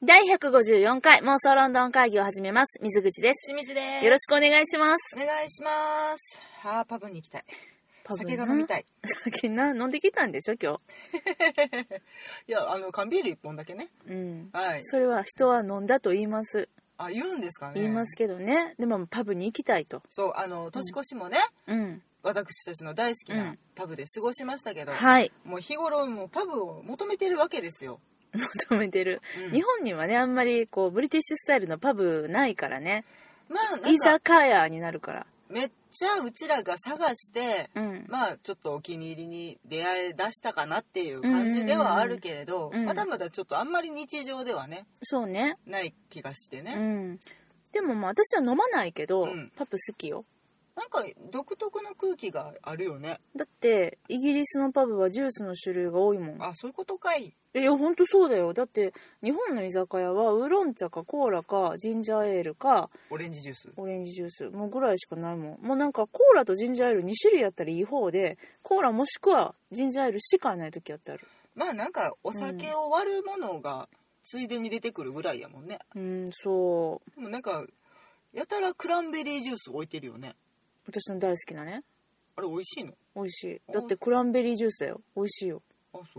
第154回妄想ロンドン会議を始めます。水口です。 清水です。 よろしくお願いします。 お願いします。パブに行きたい。酒が飲みたい。 酒飲んできたんでしょ今日。いや缶ビール1本だけね。 はい。それは人は飲んだと言います。 言うんですかね。 言いますけどね。でもパブに行きたいと。 そう年越しもね。私たちの大好きなパブで過ごしましたけど、はい。もう日頃もうパブを求めてるわけですよ。 求めてる、日本にはねあんまりこうブリティッシュスタイルのパブないからね。居酒屋になるからめっちゃうちらが探して、ちょっとお気に入りに出会い出したかなっていう感じではあるけれど、まだまだちょっとあんまり日常ではねそうねない気がしてね、 でも私は飲まないけど、パブ好きよ。 なんか独特の空気があるよね。 だってイギリスのパブはジュースの種類が多いもん。 そういうことかい。 いやほんとそうだよ。だって日本の居酒屋はウーロン茶かコーラかジンジャーエールかオレンジジュースもうぐらいしかないもん。もうなんかコーラとジンジャーエール2種類やったらいい方で、コーラもしくはジンジャーエールしかない時あってある。 なんかお酒を割るものがついでに出てくるぐらいやもんね。 そう。 でもなんかやたらクランベリージュース置いてるよね。 私の大好きなね。 あれ美味しいの？ 美味しい。だってクランベリージュースだよ。美味しいよ。 そう。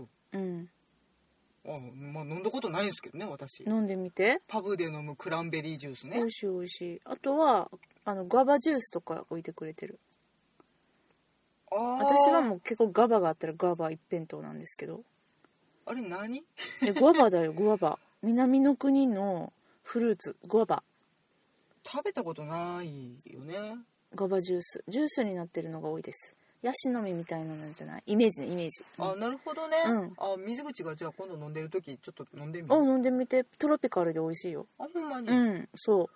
飲んだことないんですけどね私。 飲んでみて。 パブで飲むクランベリージュースね。 美味しい美味しい。あとはガバジュースとか置いてくれてる。私はもう結構ガバがあったらガバ一辺倒なんですけど。 あれ何？ グアバだよグアバ。南の国のフルーツグアバ。 食べたことないよね。 ガバジュースになってるのが多いです。ヤシの実みたいなのじゃない？イメージ。 なるほどね。水口がじゃあ今度飲んでる時ちょっと飲んでみる。 飲んでみて。トロピカルで美味しいよ。 ほんまに。 そう。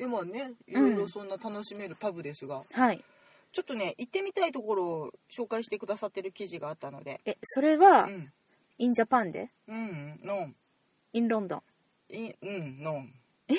いろいろそんな楽しめるパブですが、 はいちょっとね行ってみたいところを紹介してくださってる記事があったので。 それは、インジャパンで？ ノン。 インロンドン。 ノン。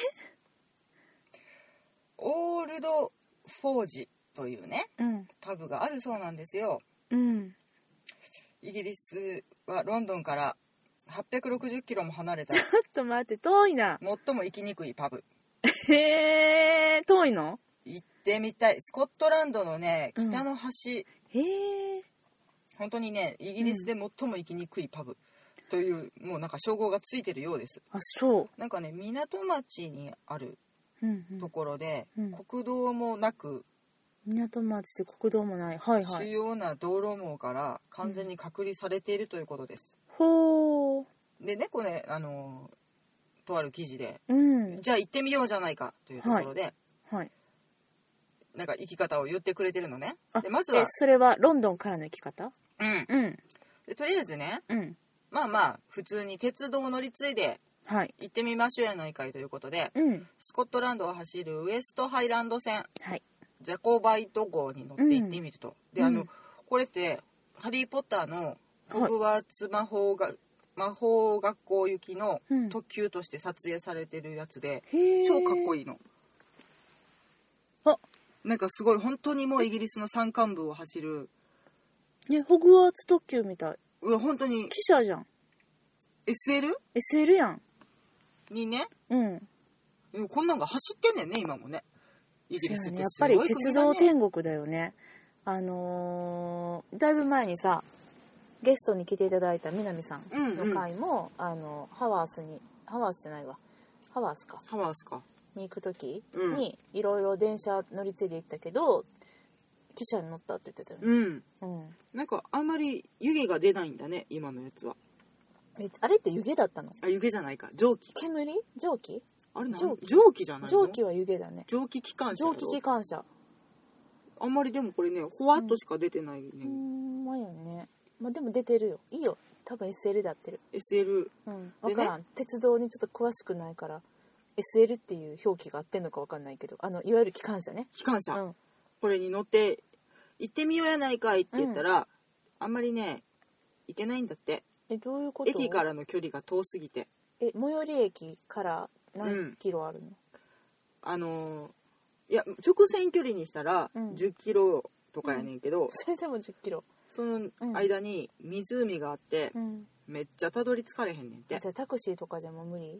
オールドフォージというね、パブがあるそうなんですよ。イギリスはロンドンから860キロも離れた。 ちょっと待って遠いな。 最も行きにくいパブ。 遠いの？ 行ってみたい。スコットランドのね北の端。本当にねイギリスで最も行きにくいパブというもうなんか称号がついてるようです。 そう。 なんかね港町にあるところで、国道もなく、 港町で国道もない、 主要な道路網から完全に隔離されているということです。でねこれとある記事で、じゃあ行ってみようじゃないかというところで、なんか行き方を言ってくれてるのね。でまずはそれはロンドンからの行き方？ でとりあえずね、普通に鉄道を乗り継いで行ってみましょうやないかいということで、スコットランドを走るウエストハイランド線、ジャコバイト号に乗って行ってみると、でこれってハリーポッターのホグワーツ魔法学校行きの特急として撮影されてるやつで、超かっこいいの。なんかすごい本当にもうイギリスの山間部を走るホグワーツ特急みたい。 本当に汽車じゃん。 SL やんにね、こんなんが走ってんねんね今もね。イギリスってやっぱり鉄道天国だよね。だいぶ前にさゲストに来ていただいた南さんの回も、ハワースに行く時にいろいろ電車乗り継いで行ったけど汽車に乗ったって言ってたよね。 なんかあんまり湯気が出ないんだね今のやつは。 あれって湯気だったの？ 湯気じゃないか、蒸気。 蒸気？ あれ蒸気じゃないの？ 蒸気は湯気だね。 蒸気機関車。あんまりでもこれねほわっとしか出てないね。 よね。でも出てるよ。いいよ。多分 SL だってる。 SL。 分からん。鉄道にちょっと詳しくないから SL っていう表記があってんのか分かんないけど、いわゆる機関車ね。 機関車。これに乗って行ってみようやないかいって言ったら、あんまりね行けないんだって。 どういうこと？ 駅からの距離が遠すぎて。 最寄り駅から何キロあるの？ いや直線距離にしたら10キロとかやねんけど、 それでも10キロ。 その間に湖があって、めっちゃたどり着かれへんねんて。 じゃあタクシーとかでも無理？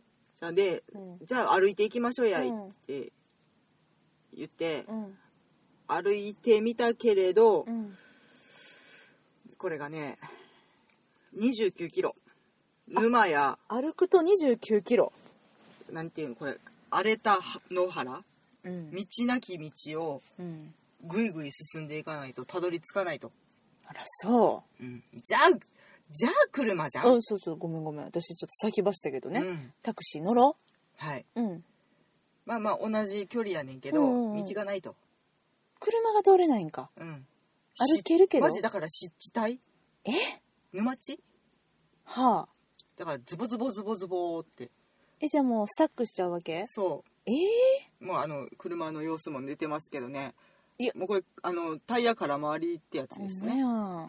で、じゃあ歩いていきましょうやいって言って、歩いてみたけれど、これがね29キロ、沼や歩くと29キロ、 なんていうのこれ、荒れた野原、道なき道をぐいぐい進んでいかないとたどり着かないと。 あらそう、 じゃあ車じゃん。 そうそう、ごめん私ちょっと先走ったけどね、タクシー乗ろう。はい、まあ同じ距離やねんけど、道がないと。 車が通れないんか。歩けるけど。 マジだから湿地帯。沼地。 はあ。 だからズボズボズボズボって。 じゃあもうスタックしちゃうわけ？ そう。もう車の様子も出てますけどね。いやもうこれタイヤ空回りってやつですね。はい、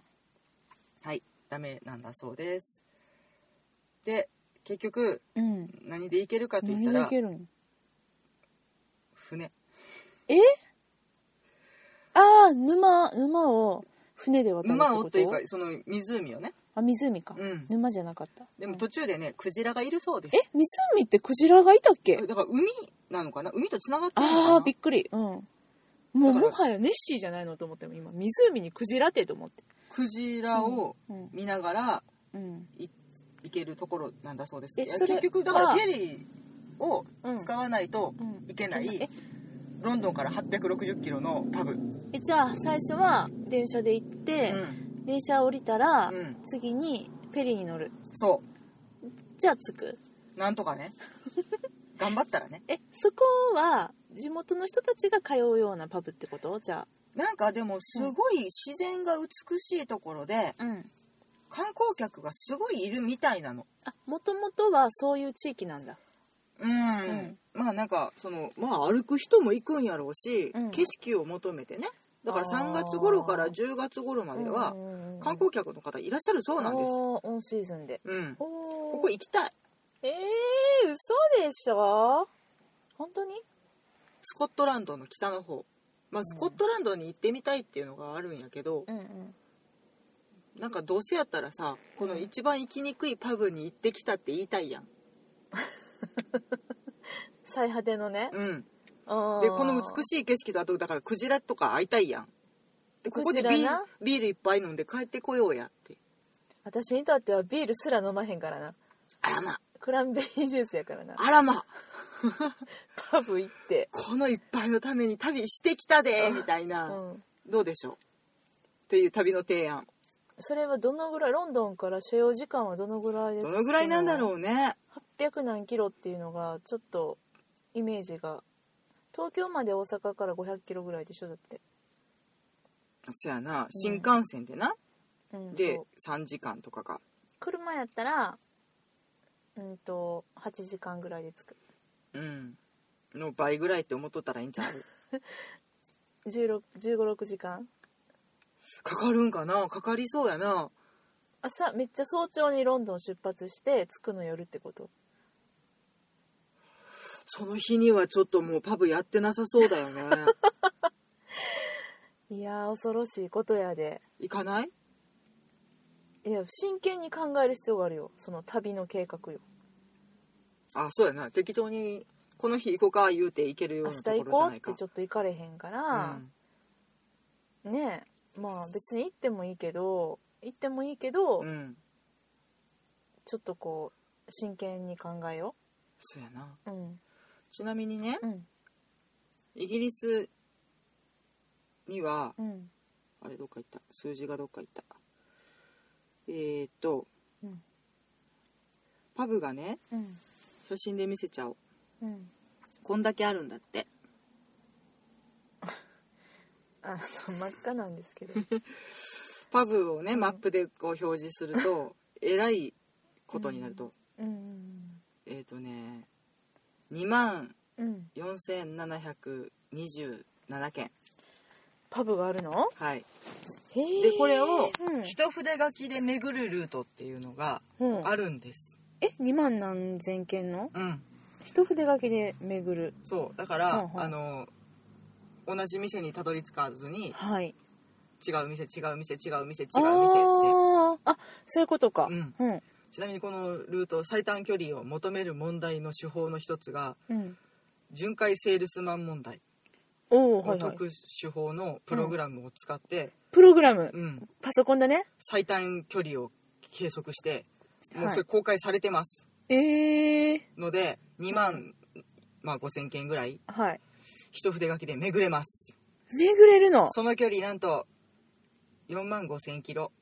ダメなんだそうです。で結局、何で行けるかって言ったら、船。沼を船で渡るってこと？沼をというかその湖をね。 湖か、沼じゃなかった。 でも途中でね、クジラがいるそうです。 湖ってクジラがいたっけ？ だから海なのかな、海とつながってるのかな。 びっくり。もはやネッシーじゃないのと思っても、今湖にクジラってと思って。 クジラを見ながら行けるところなんだそうです。結局だからフェリーを使わないといけない、ロンドンから860キロのパブ。 じゃあ最初は電車で行って、電車降りたら、次にフェリーに乗る。 そう。 じゃあ着く？ なんとかね。頑張ったらね。 そこは地元の人たちが通うようなパブってこと？じゃあ。 なんかでもすごい自然が美しいところで、観光客がすごいいるみたいなの。 もともとはそういう地域なんだ。 まあなんか歩く人も行くんやろうし、景色を求めてね。だから3月頃から10月頃までは観光客の方いらっしゃるそうなんです。 オンシーズンで。 ここ行きたい。 嘘でしょ？本当に？ スコットランドの北の方。スコットランドに行ってみたいっていうのがあるんやけど、なんかどうせやったらさ、この一番行きにくいパブに行ってきたって言いたいやん。 最果てのね。 でこの美しい景色と、あとだからクジラとか会いたいやん。でここでビールいっぱい飲んで帰ってこようやって。 私にとってはビールすら飲まへんからな。 あらま。 クランベリージュースやからな。 あらま。 パブ行ってこの一杯のために旅してきたでみたいな、どうでしょうっていう旅の提案。 それはどのぐらい、ロンドンから所要時間はどのぐらいで？ どのぐらいなんだろうね。 800何キロっていうのがちょっとイメージが、東京まで大阪から500キロぐらいでしょだって。 そやな、新幹線でな、で3時間とかか。 車やったら8時間ぐらいで着く。 の倍ぐらいって思っとったらいいんちゃう ？15、16時間かかるんかな。かかりそうやな。 めっちゃ早朝にロンドン出発して着くの夜ってこと？ その日にはちょっともうパブやってなさそうだよね。 いや恐ろしいことやで。 行かない？ いや真剣に考える必要があるよ、その旅の計画よ。 そうやな。適当にこの日行こうか言うて行けるようなところじゃないか。 明日行こうってちょっと行かれへんから、ねえ、別に行ってもいいけど、ちょっとこう真剣に考えよう。 そうやな。ちなみにね、イギリスには、あれどっか行った、数字がどっか行った。パブがね、写真で見せちゃおう。こんだけあるんだって。 真っ赤なんですけど。 パブをね、マップでこう表示すると、えらいことになると。24,727件。 パブがあるの？ はい。でこれを一筆書きで巡るルートっていうのがあるんです。 2万何千件の？一筆書きで巡る。 そうだから、同じ店にたどり着かずに、違う店って。 そういうことか。 ちなみにこのルート最短距離を求める問題の手法の一つが、巡回セールスマン問題の特殊法のプログラムを使って、 プログラム、パソコンだね、 最短距離を計測して、もうそれ公開されてます、ので2万、5000件ぐらい、一筆書きで巡れます。 巡れるの？ その距離なんと4万5000キロ。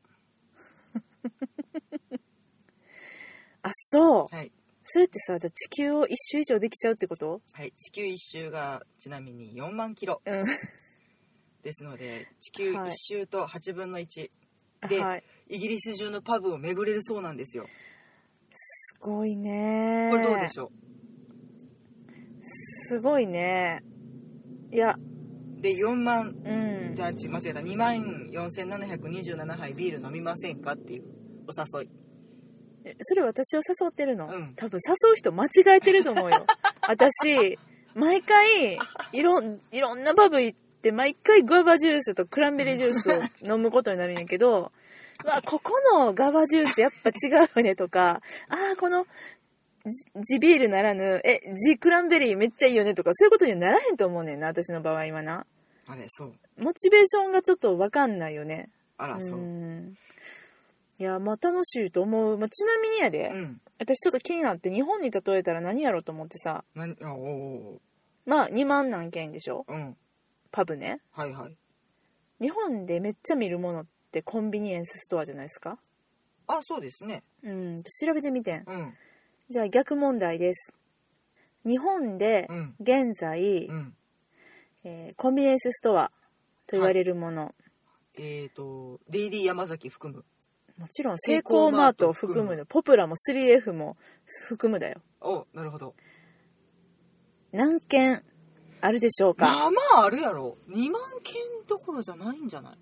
あ、そう。 はい。 それってさ、じゃあ地球を一周以上できちゃうってこと？ はい、地球一周がちなみに4万キロ。ですので、地球一周と8分の1で、イギリス中のパブを巡れるそうなんですよ。 すごいね。 これどうでしょう？ すごいね。いや。 で、4万、じゃあ間違えた、24,727杯ビール飲みませんかっていうお誘い。 それ私を誘ってるの？多分誘う人間違えてると思うよ。私、毎回いろんなパブ行って、毎回グアバジュースとクランベリージュースを飲むことになるんやけど、ここのガバジュースやっぱ違うよねとか、この地ビールならぬ、地クランベリーめっちゃいいよねとか、そういうことにはならへんと思うねんな、私の場合はな。 あれ、そう。 モチベーションがちょっとわかんないよね。 あら、そう。 いや、楽しいと思う。ちなみにやで、私ちょっと気になって日本に例えたら何やろうと思ってさ。2万何件でしょ？パブね。 はいはい。 日本でめっちゃ見るものってコンビニエンスストアじゃないですか？ あ、そうですね。 調べてみてん。じゃあ逆問題です。日本で現在、コンビニエンスストアと言われるもの。 デイリー山崎含む。 もちろんセイコーマートを含むの。ポプラも 3F も含むだよ。 お、なるほど。 何件あるでしょうか？ まあまああるやろ。2万件どころじゃないんじゃない？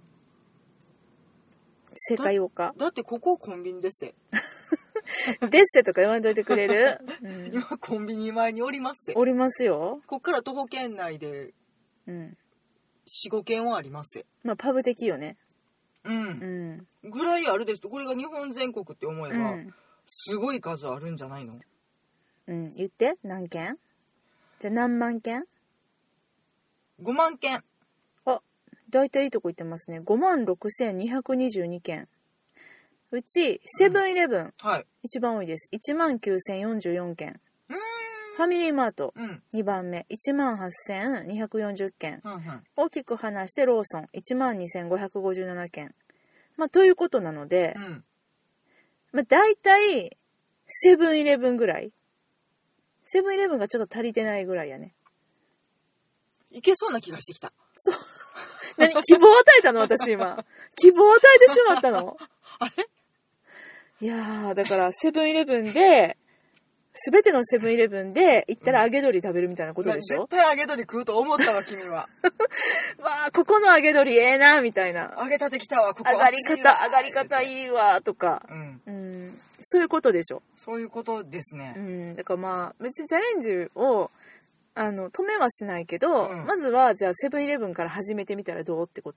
正解をか。 だってここコンビニですデッセとか言わんといてくれる？ 今コンビニ前におりますおりますよ。 こっから徒歩圏内で 4,5 軒はありますパブ的よね。 ぐらいあるです。これが日本全国って思えば、すごい数あるんじゃないの？ 言って何件？じゃあ何万件 ？5万件。 だいたいいいとこ行ってますね。56,222件。うちセブンイレブン、一番多いです。19,044件。ファミリーマート、2番目 18,240 件、大きく離してローソン 12,557 件。ということなので、だいたいセブンイレブンぐらい。セブンイレブンがちょっと足りてないぐらいやね。 いけそうな気がしてきた。 そう。何？希望を与えたの？私今。希望を与えてしまったの？ あれ？ いやー、だからセブンイレブンで、すべてのセブンイレブンで行ったら揚げ鶏食べるみたいなことでしょ？ 絶対揚げ鶏食うと思ったわ、君は。 わー、ここの揚げ鶏ええな、みたいな。 揚げたてきたわ、ここ上がり方いいわ、とか。そういうことでしょ。 そういうことですね。 だから別にチャレンジを、止めはしないけど、まずは、じゃあセブンイレブンから始めてみたらどうってこと。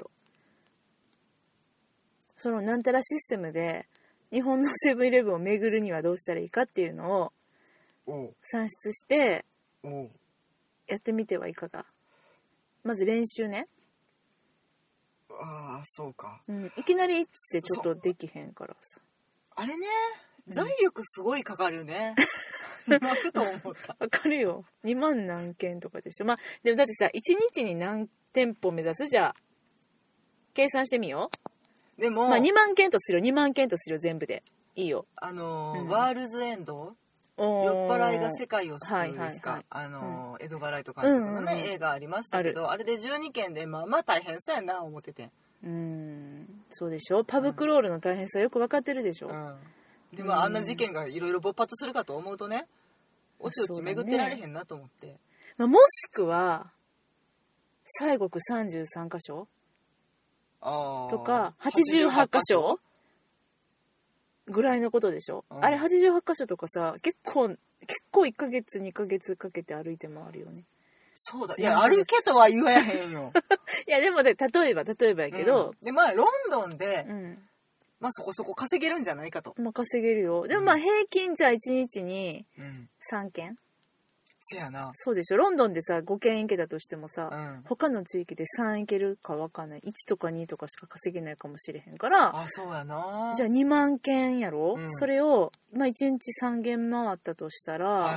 そのなんたらシステムで、日本のセブンイレブンを巡るにはどうしたらいいかっていうのを算出してやってみてはいかが。まず練習ね。 ああ、そうか。 いきなりってちょっとできへんからさ。 あれね、財力すごいかかるね。今ふと思った。 わかるよ。2万何件とかでしょ。でもだってさ、1日に何店舗目指す？じゃあ計算してみよう。でも2万件とするよ。2万件とするよ、全部でいいよ。 ワールズエンド、酔っ払いが世界を救うですか、エドガー・ライト監督のね、映画ありましたけど、あれで12件でまあ大変そうやな思ってて。 そうでしょ。パブクロールの大変さよく分かってるでしょ。 でもあんな事件がいろいろ勃発するかと思うとね、おちおち巡ってられへんなと思って、 もしくは西国33カ所とか88カ所ぐらいのことでしょ。あれ88カ所とかさ、結構1ヶ月2ヶ月かけて歩いて回るよね。 そうだ。いや、歩けとは言わへんよ。 いや、でも例えばやけど、 でロンドンで、 まあそこそこ稼げるんじゃないかと。 まあ稼げるよ。でもまあ平均じゃあ1日に3件、 せやな。 そうでしょ。ロンドンでさ5件行けたとしてもさ、他の地域で3行けるか分かんない。1とか2とかしか稼げないかもしれへんから。 あ、そうやな。 じゃあ2万件やろ、それを、まあ、1日3件回ったとしたら、はい、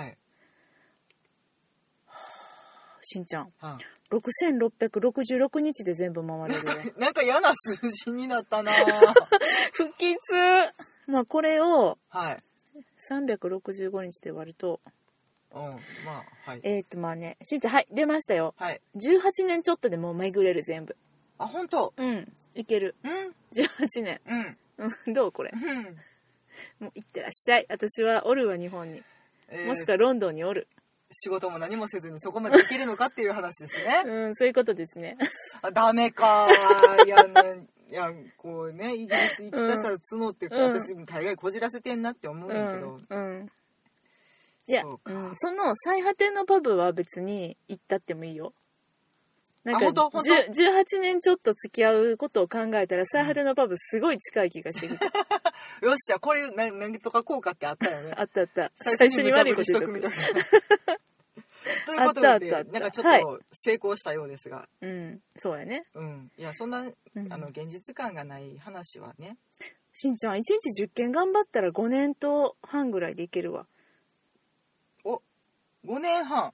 しんちゃん、6666日で全部回れるわ。 なんか嫌な数字になったな。 不吉。まあこれを365日で割ると、 まあはい。 まあね、しんちゃん、はい、出ましたよ。はい。18年ちょっとでもう巡れる、全部。 あ、本当？ いける。18年。どうこれ。もう行ってらっしゃい。私はおるわ、日本に。もしくはロンドンにおる。 仕事も何もせずにそこまで行けるのかっていう話ですね。 そういうことですね。 ダメか。いや、こうね、イギリス行きたさ募って、私大概こじらせてんなって思うんだけど。 いや、その最果てのパブは別に行ったってもいいよ。なんか18年ちょっと付き合うことを考えたら最果てのパブすごい近い気がしてきた。 よっしゃ、これ何とか効果ってあったよね。 あった。 最初に悪いこと言っとくみたいな。ということで、なんかちょっと成功したようですが。 そうやね。 いや、そんな現実感がない話はね。 しんちゃん1日10件頑張ったら5年と半ぐらいでいけるわ。 5年半。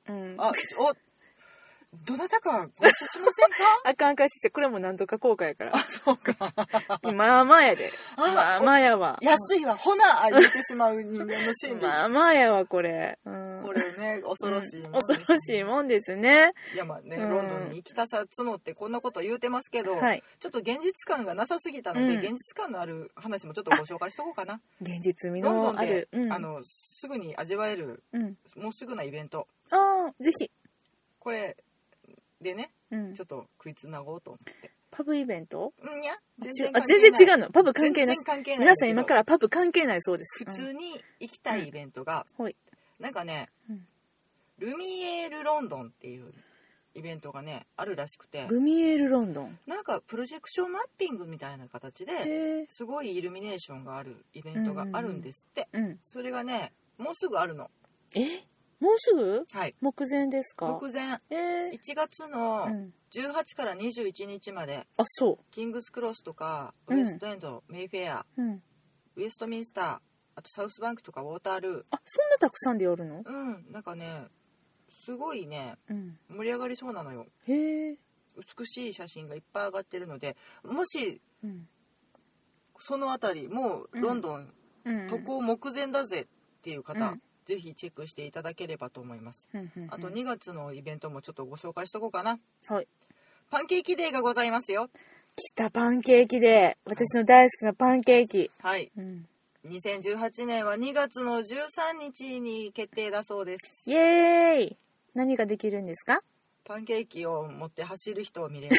どなたかご一緒しませんか？ あかんかしちゃ、これもなんとか効果やから。 あ、そうか。 まあまあやで。まあまあやわ。 安いわ。ほな、言ってしまう人間の心理。 まあまあやわ、これ。 これね、恐ろしいもん、 恐ろしいもんですね。 いや、まあね、ロンドンに行きたさ募ってこんなこと言うてますけど、ちょっと現実感がなさすぎたので、現実感のある話もちょっとご紹介しとこうかな。 現実味のある。 ロンドンですぐに味わえる、もうすぐなイベント。 ぜひ。 これ、でね、ちょっと食いつなごうと思って。 パブイベント？ いや、 全然違うの。パブ関係なし。皆さん今からパブ関係ないそうです。 普通に行きたいイベントが、なんかね、ルミエールロンドンっていうイベントがね、あるらしくて。 ルミエールロンドン。 なんかプロジェクションマッピングみたいな形で、すごいイルミネーションがあるイベントがあるんですって。それがね、もうすぐあるの。 もうすぐ？ はい。 目前ですか？ 目前。1月の18から21日まで。 そう。 キングスクロスとか、ウエストエンド、メイフェア、ウエストミンスター、あとサウスバンクとかウォータールー。 そんなたくさんでやるの？ なんかね、すごいね、盛り上がりそうなのよ。 美しい写真がいっぱい上がってるので、もし、そのあたり、もうロンドン、渡航目前だぜっていう方、ぜひチェックしていただければと思います。あと2月のイベントもちょっとご紹介しとこうかな。 はい。 パンケーキデーがございますよ。 来た、パンケーキデー。私の大好きなパンケーキ。 はい。2018年は2月の13日に決定だそうです。 イエーイ。何ができるんですか？ パンケーキを持って走る人を見れます。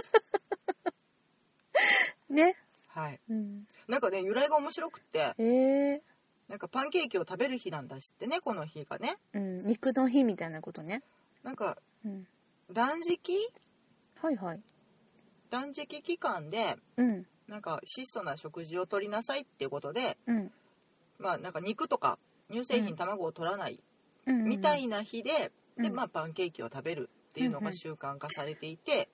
ね。 はい。なんかね、由来が面白くって。なんかパンケーキを食べる日なんだしってね、この日がね。 肉の日みたいなことね。 なんか、断食？ はいはい。 断食期間で、なんか質素な食事をとりなさいっていうことで、まあなんか肉とか乳製品、卵を取らないみたいな日で、まあパンケーキを食べるっていうのが習慣化されていて、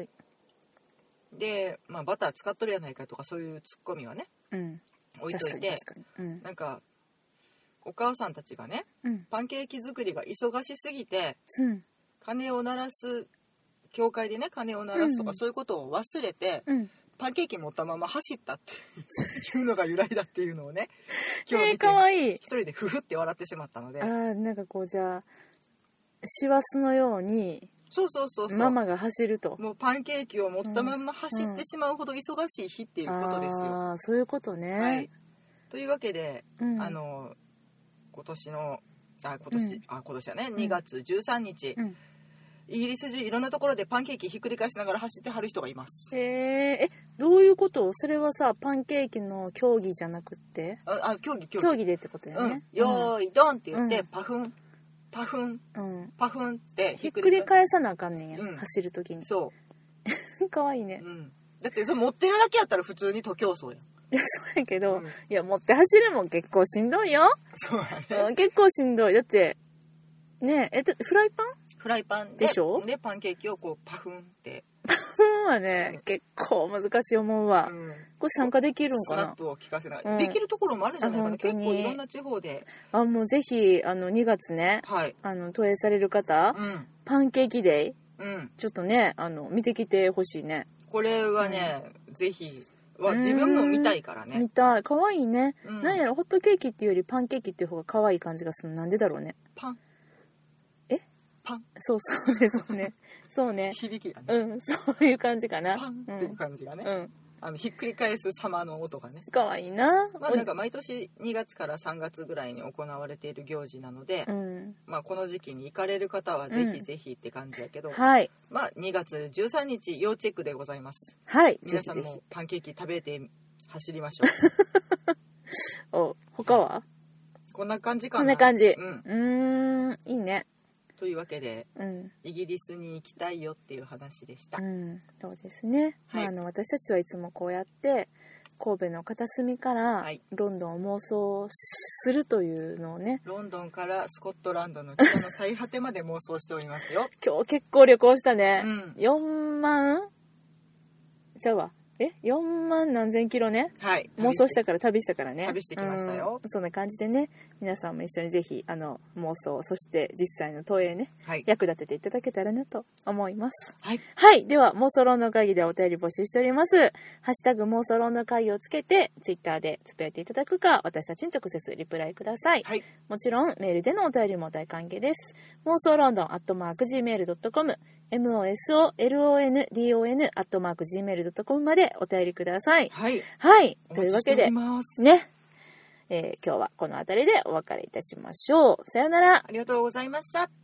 で、まあバター使っとるやないかとかそういうツッコミはね、置いといて、なんかお母さんたちがね、パンケーキ作りが忙しすぎて、鐘を鳴らす教会でね、鐘を鳴らすとかそういうことを忘れて、パンケーキ持ったまま走ったっていうのが由来だっていうのをね、 今日見てかわいい。 一人でフフって笑ってしまったので、 なんかこう、じゃあ師走のようにそうママが走ると、 もうパンケーキを持ったまま走ってしまうほど忙しい日っていうことですよ。 そういうことね。 はい。というわけで、今年はね、2月13日、イギリス中いろんなところでパンケーキひっくり返しながら走ってはる人がいます。 どういうこと？それはさ、パンケーキの競技じゃなくって？競技でってことだよね。 よーいドンって言って、パフンパフン、パフンってひっくり返さなあかんねんや、走るときに。 そう。 かわいいね。 だってそれ持ってるだけやったら普通に徒競走やん。 いや、そうやけど、いや、持って走るもん結構しんどいよ。 そうやね。 結構しんどい。だって、ねフライパンでしょ？ で、パンケーキをこう、パフンって。 パフンはね、結構難しい思うわ。これ参加できるんかな？ スナップを聞かせない。できるところもあるんじゃないかな。結構いろんな地方で。 もうぜひ、2月ね、投影される方、パンケーキデイ、ちょっとね、見てきてほしいね。 これはね、ぜひ、自分も見たいからね。 見たい。かわいいね。なんやろ、ホットケーキっていうよりパンケーキっていう方が可愛い感じがする。なんでだろうね。 パン。 パン。そうですね。そうね。 響きがね。 そういう感じかな。 パンっていう感じがね。ひっくり返す様の音がね。 かわいいな。 なんか毎年2月から3月ぐらいに行われている行事なので、この時期に行かれる方はぜひぜひって感じやけど、2月13日要チェックでございます。 はい。 皆さんもパンケーキ食べて走りましょう。他は？ こんな感じかな。 こんな感じ。いいね。 というわけで、イギリスに行きたいよっていう話でした。 そうですね。私たちはいつもこうやって神戸の片隅からロンドンを妄想するというのをね。 ロンドンからスコットランドの北の最果てまで妄想しておりますよ。 今日結構旅行したね。4万ちゃうわ。4万何千キロね。妄想したから旅したからね。 旅してきましたよ。 そんな感じでね、皆さんも一緒にぜひ妄想、そして実際の投影ね、役立てていただけたらなと思います。はい。では妄想ロンドン会議でお便り募集しております。ハッシュタグ妄想ロンドン会議をつけてツイッターでつぶやいていただくか、私たちに直接リプライください。もちろんメールでのお便りも大歓迎です。妄想ロンドン@gmail.com mosolondon@gmail.com までお便りください。はい。というわけで、ね、今日はこの辺りでお別れいたしましょう。さよなら。 ありがとうございました。